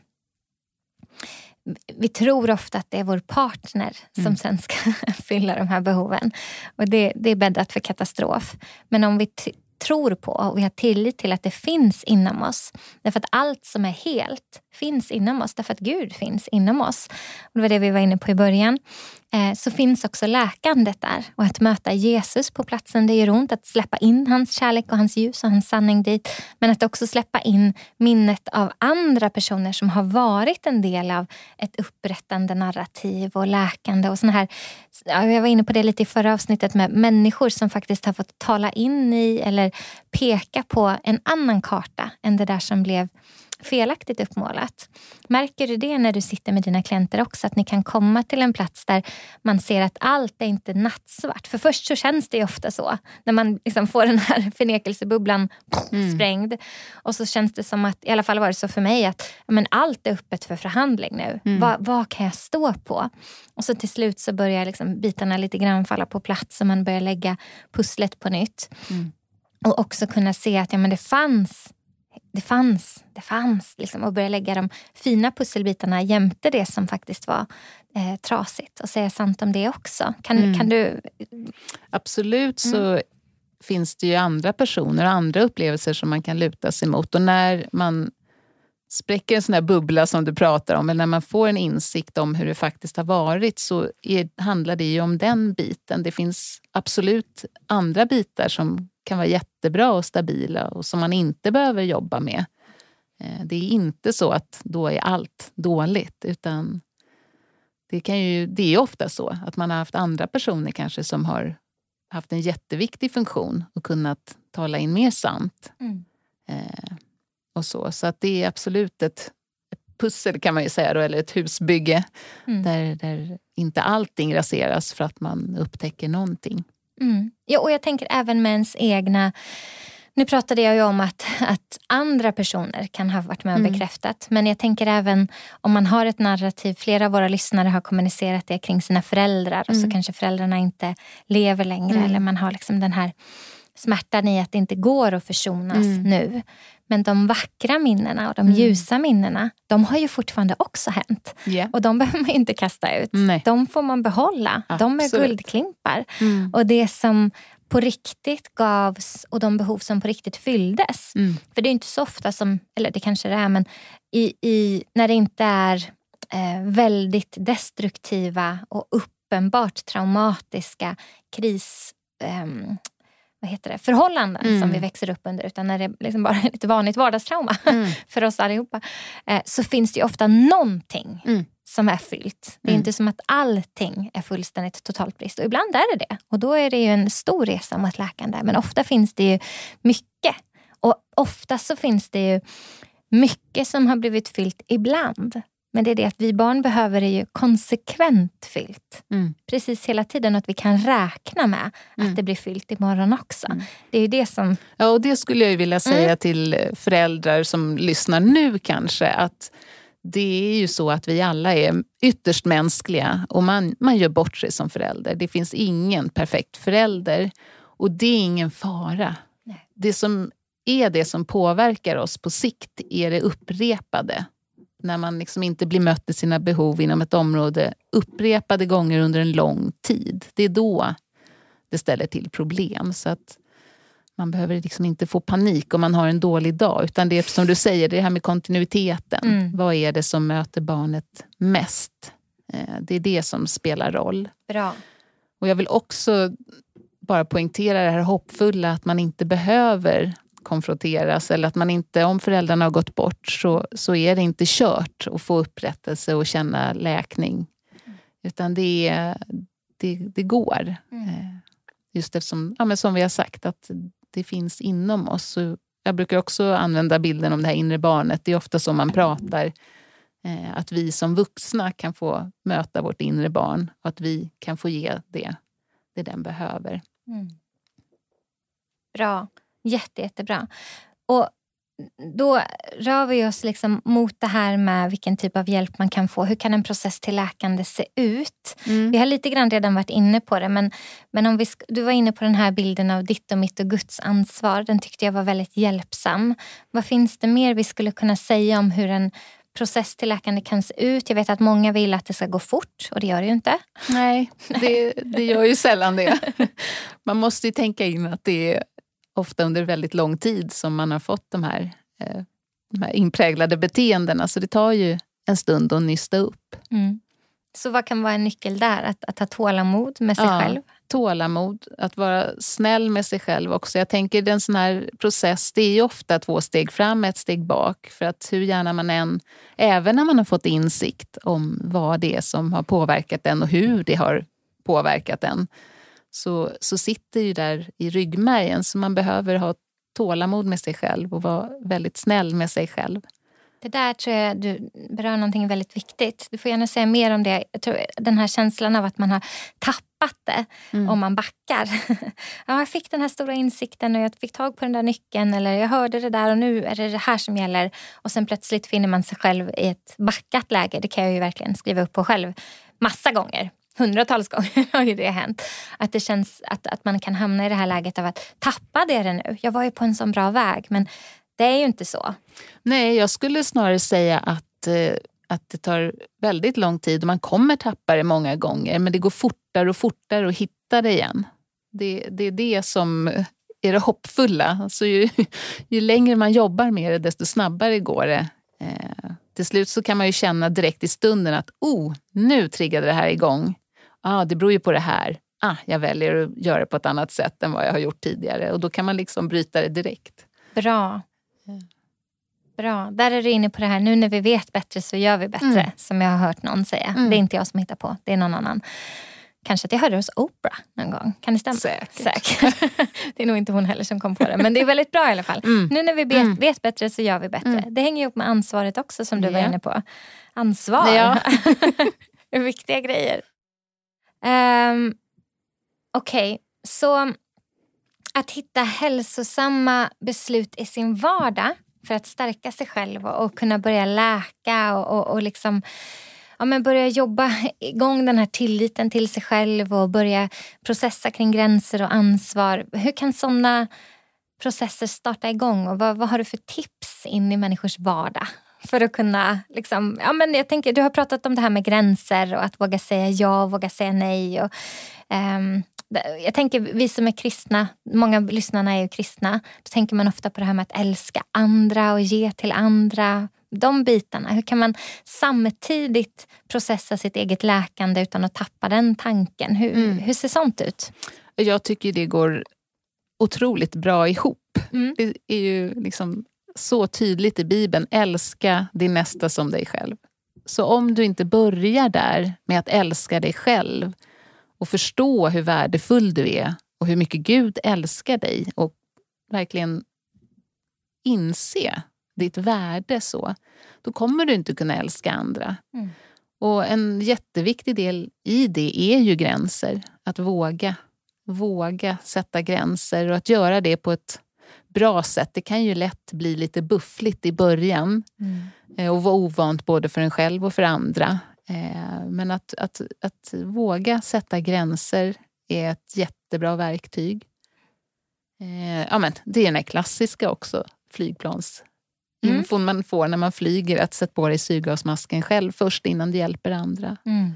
vi tror ofta att det är vår partner som mm. sen ska fylla de här behoven. Och det, det är bäddat för katastrof. Men om vi t- tror på och vi har tillit till att det finns inom oss. Därför att allt som är helt finns inom oss. Därför att Gud finns inom oss. Och det var det vi var inne på i början. Eh, så finns också läkandet där. Och att möta Jesus på platsen, det gör ont. Att släppa in hans kärlek och hans ljus och hans sanning dit. Men att också släppa in minnet av andra personer som har varit en del av ett upprättande narrativ och läkande. Och såna här, jag var inne på det lite i förra avsnittet med människor som faktiskt har fått tala in i eller peka på en annan karta än det där som blev felaktigt uppmålat. Märker du det när du sitter med dina klienter också? Att ni kan komma till en plats där man ser att allt är inte nattsvart. För först så känns det ju ofta så. När man liksom får den här förnekelsebubblan mm. sprängd. Och så känns det som att, i alla fall var det så för mig, att men allt är öppet för förhandling nu. Mm. Vad, vad kan jag stå på? Och så till slut så börjar liksom bitarna lite grann falla på plats. Och man börjar lägga pusslet på nytt. Mm. Och också kunna se att ja, men det fanns det fanns, det fanns liksom, och börja lägga de fina pusselbitarna jämte det som faktiskt var eh, trasigt och säga sant om det också. Kan, mm. kan du... Absolut så mm. finns det ju andra personer och andra upplevelser som man kan luta sig mot, och när man spräcker en sån här bubbla som du pratar om, eller när man får en insikt om hur det faktiskt har varit, så är, handlar det ju om den biten. Det finns absolut andra bitar som kan vara jättebra och stabila och som man inte behöver jobba med. Det är inte så att då är allt dåligt, utan det, kan ju, det är ofta så att man har haft andra personer kanske som har haft en jätteviktig funktion och kunnat tala in mer sant. Mm. Eh, och så. Så att det är absolut ett, ett pussel kan man ju säga då, eller ett husbygge mm. där, där inte allting raseras för att man upptäcker någonting. Mm. Ja, och jag tänker även med ens egna... Nu pratade jag ju om att, att andra personer kan ha varit med och mm. bekräftat. Men jag tänker även om man har ett narrativ. Flera av våra lyssnare har kommunicerat det kring sina föräldrar. Mm. Och så kanske föräldrarna inte lever längre. Mm. Eller man har liksom den här smärtan i att det inte går att försonas mm. nu. Men de vackra minnena och de mm. ljusa minnena, de har ju fortfarande också hänt. Yeah. Och de behöver man inte kasta ut. Nej. De får man behålla. Absolut. De är guldklimpar. Mm. Och det som på riktigt gavs och de behov som på riktigt fylldes. Mm. För det är inte så ofta som, eller det kanske det är, men i, i, när det inte är eh, väldigt destruktiva och uppenbart traumatiska kris... Eh, vad heter det, förhållanden mm. som vi växer upp under, utan när det liksom bara är lite vanligt vardagstrauma mm. för oss allihopa, eh, så finns det ju ofta någonting mm. som är fyllt. Det är mm. inte som att allting är fullständigt totalt brist. Och ibland är det det. Och då är det ju en stor resa mot läkande. Men ofta finns det ju mycket. Och ofta så finns det ju mycket som har blivit fyllt ibland. Men det är det att vi barn behöver det ju konsekvent fyllt. Mm. Precis hela tiden, att vi kan räkna med mm. att det blir fyllt imorgon också. Mm. Det är ju det som... Ja, och det skulle jag ju vilja säga mm. till föräldrar som lyssnar nu kanske. Att det är ju så att vi alla är ytterst mänskliga. Och man, man gör bort sig som förälder. Det finns ingen perfekt förälder. Och det är ingen fara. Nej. Det som är det som påverkar oss på sikt är det upprepade. När man liksom inte blir mött i sina behov inom ett område upprepade gånger under en lång tid. Det är då det ställer till problem. Så att man behöver liksom inte få panik om man har en dålig dag. Utan det är som du säger, det här med kontinuiteten. Mm. Vad är det som möter barnet mest? Det är det som spelar roll. Bra. Och jag vill också bara poängtera det här hoppfulla, att man inte behöver konfronteras, eller att man inte, om föräldrarna har gått bort, så, så är det inte kört att få upprättelse och känna läkning. Mm. Utan det, det, det går. Mm. Just eftersom, ja, men som vi har sagt, att det finns inom oss. Så jag brukar också använda bilden om det här inre barnet. Det är ofta så man pratar, att vi som vuxna kan få möta vårt inre barn, och att vi kan få ge det, det den behöver. Mm. Bra. Jätte, jättebra. Och då rör vi oss liksom mot det här med vilken typ av hjälp man kan få. Hur kan en process till läkande se ut? Mm. Vi har lite grann redan varit inne på det. Men, men om vi, du var inne på den här bilden av ditt och mitt och Guds ansvar. Den tyckte jag var väldigt hjälpsam. Vad finns det mer vi skulle kunna säga om hur en process till läkande kan se ut? Jag vet att många vill att det ska gå fort, och det gör det ju inte. Nej, det, det gör ju sällan det. Man måste ju tänka in att det är ofta under väldigt lång tid som man har fått de här, eh, de här inpräglade beteendena. Så det tar ju en stund att nysta upp. Mm. Så vad kan vara en nyckel där? Att, att ha tålamod med sig ja, själv? Tålamod. Att vara snäll med sig själv också. Jag tänker den sån här process, det är ju ofta två steg fram, ett steg bak. För att hur gärna man än, även när man har fått insikt om vad det är som har påverkat en och hur det har påverkat en, Så, så sitter ju där i ryggmärgen, så man behöver ha tålamod med sig själv och vara väldigt snäll med sig själv. Det där tror jag du berör någonting väldigt viktigt. Du får gärna säga mer om det. Jag tror den här känslan av att man har tappat det mm. om man backar. Ja, jag fick den här stora insikten och jag fick tag på den där nyckeln, eller jag hörde det där och nu är det det här som gäller. Och sen plötsligt finner man sig själv i ett backat läge. Det kan jag ju verkligen skriva upp på själv massa gånger. Hundratals gånger har ju det hänt. Att det känns att, att man kan hamna i det här läget av att tappa det nu. Jag var ju på en sån bra väg, men Det är ju inte så. Nej, jag skulle snarare säga att, eh, att det tar väldigt lång tid och man kommer tappa det många gånger. Men det går fortare och fortare att hitta det igen. Det, det är det som är det hoppfulla. Så ju, ju längre man jobbar med det, desto snabbare går det. Eh, till slut så kan man ju känna direkt i stunden att oh, nu triggade det här igång. Ah, det beror ju på det här. Ah, jag väljer att göra det på ett annat sätt än vad jag har gjort tidigare. Och då kan man liksom bryta det direkt. Bra. Bra. Där är du inne på det här. Nu när vi vet bättre så gör vi bättre. Mm. Som jag har hört någon säga. Mm. Det är inte jag som hittar på. Det är någon annan. Kanske att jag hörde hos Oprah någon gång. Kan det stämma? Säkert. Säkert. Det är nog inte hon heller som kom på det. Men det är väldigt bra i alla fall. Mm. Nu när vi vet, mm. vet bättre så gör vi bättre. Mm. Det hänger ihop med ansvaret också som du yeah. var inne på. Ansvar. Ja. Viktiga grejer. Um, Okej, okay. Så att hitta hälsosamma beslut i sin vardag för att stärka sig själv och, och kunna börja läka och, och, och liksom, ja, men börja jobba igång den här tilliten till sig själv och börja processa kring gränser och ansvar. Hur kan sådana processer starta igång och vad, vad har du för tips in i människors vardag? För att kunna, liksom, ja men jag tänker, du har pratat om det här med gränser och att våga säga ja och våga säga nej. Och, um, jag tänker, vi som är kristna, många lyssnarna är ju kristna, då tänker man ofta på det här med att älska andra och ge till andra. De bitarna, hur kan man samtidigt processa sitt eget läkande utan att tappa den tanken? Hur, mm. hur ser sånt ut? Jag tycker det går otroligt bra ihop. Mm. Det är ju liksom så tydligt i Bibeln, älska din nästa som dig själv. Så om du inte börjar där med att älska dig själv och förstå hur värdefull du är och hur mycket Gud älskar dig och verkligen inse ditt värde så, då kommer du inte kunna älska andra. Mm. Och en jätteviktig del i det är ju gränser. Att våga, våga sätta gränser och att göra det på ett bra sätt. Det kan ju lätt bli lite buffligt i början mm. och vara ovant både för en själv och för andra. Men att, att, att våga sätta gränser är ett jättebra verktyg. Ja, men det är den här klassiska också, flygplans Mm. infon man får när man flyger, att sätta på dig syrgasmasken själv först innan det hjälper andra. Mm.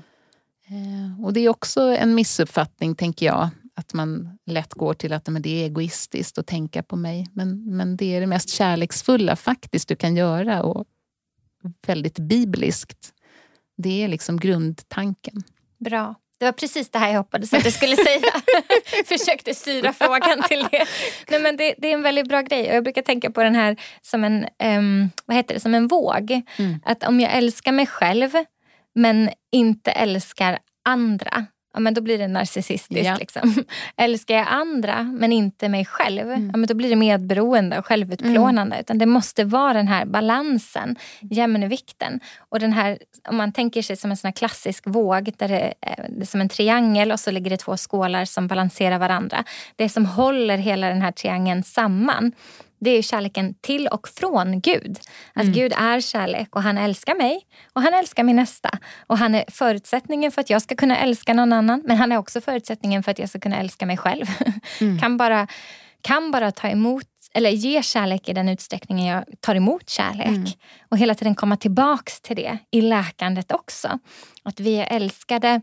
Eh, och det är också en missuppfattning, tänker jag, att man lätt går till att men det är egoistiskt att tänka på mig. Men, men det är det mest kärleksfulla faktiskt du kan göra och väldigt bibliskt. Det är liksom grundtanken. Bra. Det var precis det här jag hoppades att du skulle säga. Försökte styra frågan till det. Nej, men det, det är en väldigt bra grej. Och jag brukar tänka på den här som en, um, vad heter det, som en våg. Mm. Att om jag älskar mig själv men inte älskar andra, ja, men då blir det narcissistiskt. Ja. Liksom. Älskar jag andra men inte mig själv, mm. ja, men då blir det medberoende och självutplånande. Mm. Utan det måste vara den här balansen, jämnvikten. Och den här, om man tänker sig som en sån här klassisk våg där det är som en triangel och så ligger det två skålar som balanserar varandra. Det som håller hela den här triangeln samman, det är ju kärleken till och från Gud. Att mm. Gud är kärlek och han älskar mig och han älskar min nästa. Och han är förutsättningen för att jag ska kunna älska någon annan. Men han är också förutsättningen för att jag ska kunna älska mig själv. Mm. kan, bara, kan bara ta emot eller ge kärlek i den utsträckningen jag tar emot kärlek. Mm. Och hela tiden komma tillbaks till det i läkandet också. Att vi är älskade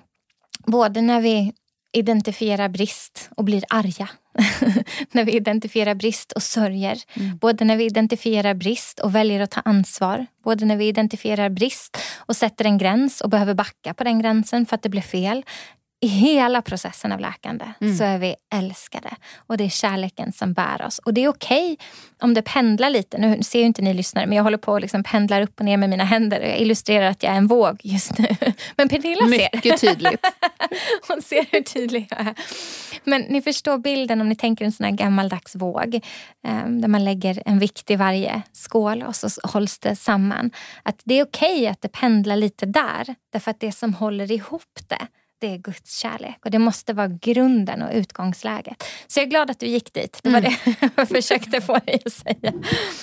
både när vi identifierar brist och blir arga. När vi identifierar brist och sörjer. Mm. Både när vi identifierar brist och väljer att ta ansvar. Både när vi identifierar brist och sätter en gräns och behöver backa på den gränsen för att det blir fel. I hela processen av läkande mm. så är vi älskade. Och det är kärleken som bär oss. Och det är okej om det pendlar lite. Nu ser ju inte ni lyssnare, men jag håller på att liksom pendlar upp och ner med mina händer. Jag illustrerar att jag är en våg just nu. Men Pernilla ser. Mycket tydligt. Hon ser hur tydlig jag är. Men ni förstår bilden om ni tänker en sån här gammaldags våg. Där man lägger en vikt i varje skål och så hålls det samman. Att det är okej att det pendlar lite där. Därför att det som håller ihop det, det är Guds kärlek. Och det måste vara grunden och utgångsläget. Så jag är glad att du gick dit. Det var mm. det jag försökte få dig att säga.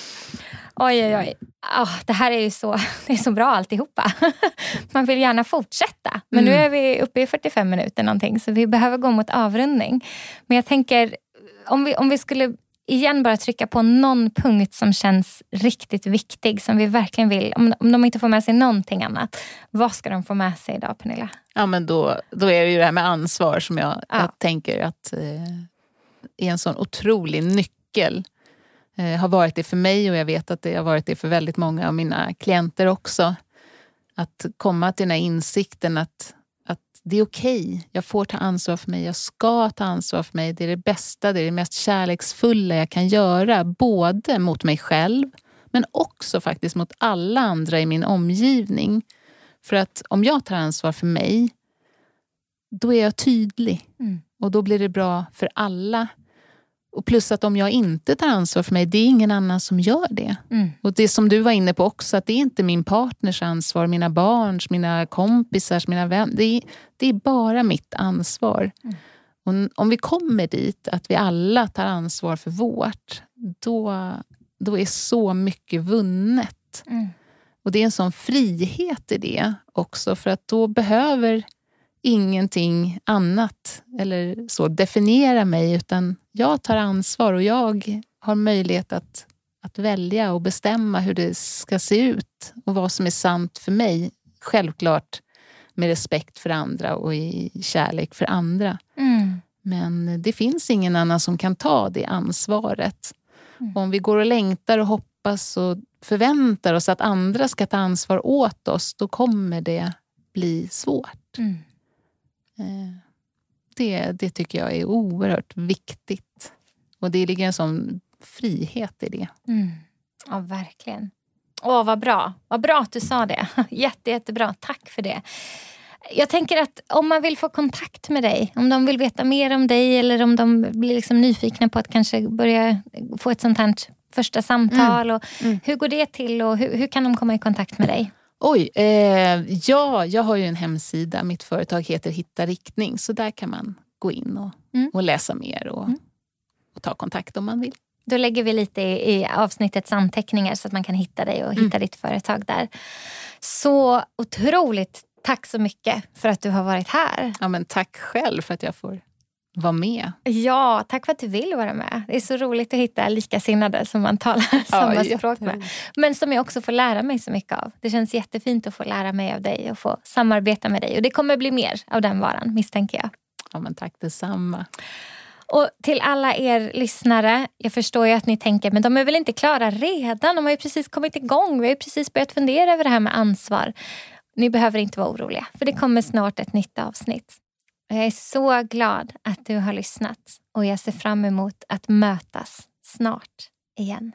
Oj, oj, oj. Oh, det här är ju så, det är så bra alltihopa. Man vill gärna fortsätta. Men mm. nu är vi uppe i fyrtiofem minuter någonting. Så vi behöver gå mot avrundning. Men jag tänker, om vi, om vi skulle igen bara trycka på någon punkt som känns riktigt viktig, som vi verkligen vill, om, om de inte får med sig någonting annat, vad ska de få med sig idag, Pernilla? Ja, men då, då är det ju det här med ansvar som jag, ja. jag tänker att eh, är en sån otrolig nyckel. Eh, har varit det för mig och jag vet att det har varit det för väldigt många av mina klienter också. Att komma till den här insikten att, att det är okej. Jag får ta ansvar för mig. Jag ska ta ansvar för mig. Det är det bästa, det är det mest kärleksfulla jag kan göra. Både mot mig själv men också faktiskt mot alla andra i min omgivning. För att om jag tar ansvar för mig, då är jag tydlig. Mm. Och då blir det bra för alla. Och plus att om jag inte tar ansvar för mig, det är ingen annan som gör det. Mm. Och det som du var inne på också, att det är inte min partners ansvar, mina barns, mina kompisars, mina vänner. Det är, det är bara mitt ansvar. Mm. Och om vi kommer dit, att vi alla tar ansvar för vårt, då, då är så mycket vunnet. Mm. Och det är en sån frihet i det också, för att då behöver ingenting annat eller så definiera mig, utan jag tar ansvar och jag har möjlighet att, att välja och bestämma hur det ska se ut och vad som är sant för mig. Självklart med respekt för andra och i kärlek för andra. Mm. Men det finns ingen annan som kan ta det ansvaret. Mm. Om vi går och längtar och hoppas och förväntar oss att andra ska ta ansvar åt oss, då kommer det bli svårt. Mm. Det, det tycker jag är oerhört viktigt. Och det ligger en sån frihet i det. Mm. Ja, verkligen. Åh, vad bra. Vad bra att du sa det. Jätte, jättebra. Tack för det. Jag tänker att om man vill få kontakt med dig, om de vill veta mer om dig eller om de blir liksom nyfikna på att kanske börja få ett sånt här första samtal. Mm. Och mm. Hur går det till och hur, hur kan de komma i kontakt med dig? Oj, eh, ja, jag har ju en hemsida. Mitt företag heter Hitta riktning. Så där kan man gå in och, mm. och läsa mer och, mm. och ta kontakt om man vill. Då lägger vi lite i, i avsnittets anteckningar så att man kan hitta dig och hitta mm. ditt företag där. Så otroligt tack så mycket för att du har varit här. Ja, men tack själv för att jag får vara med. Ja, tack för att du vill vara med. Det är så roligt att hitta likasinnade som man talar ja, samma språk med. Men som jag också får lära mig så mycket av. Det känns jättefint att få lära mig av dig och få samarbeta med dig. Och det kommer bli mer av den varan, misstänker jag. Ja, men tack detsamma. Och till alla er lyssnare, jag förstår ju att ni tänker, men de är väl inte klara redan? De har ju precis kommit igång. Vi har ju precis börjat fundera över det här med ansvar. Ni behöver inte vara oroliga, för det kommer snart ett nytt avsnitt. Jag är så glad att du har lyssnat och jag ser fram emot att mötas snart igen.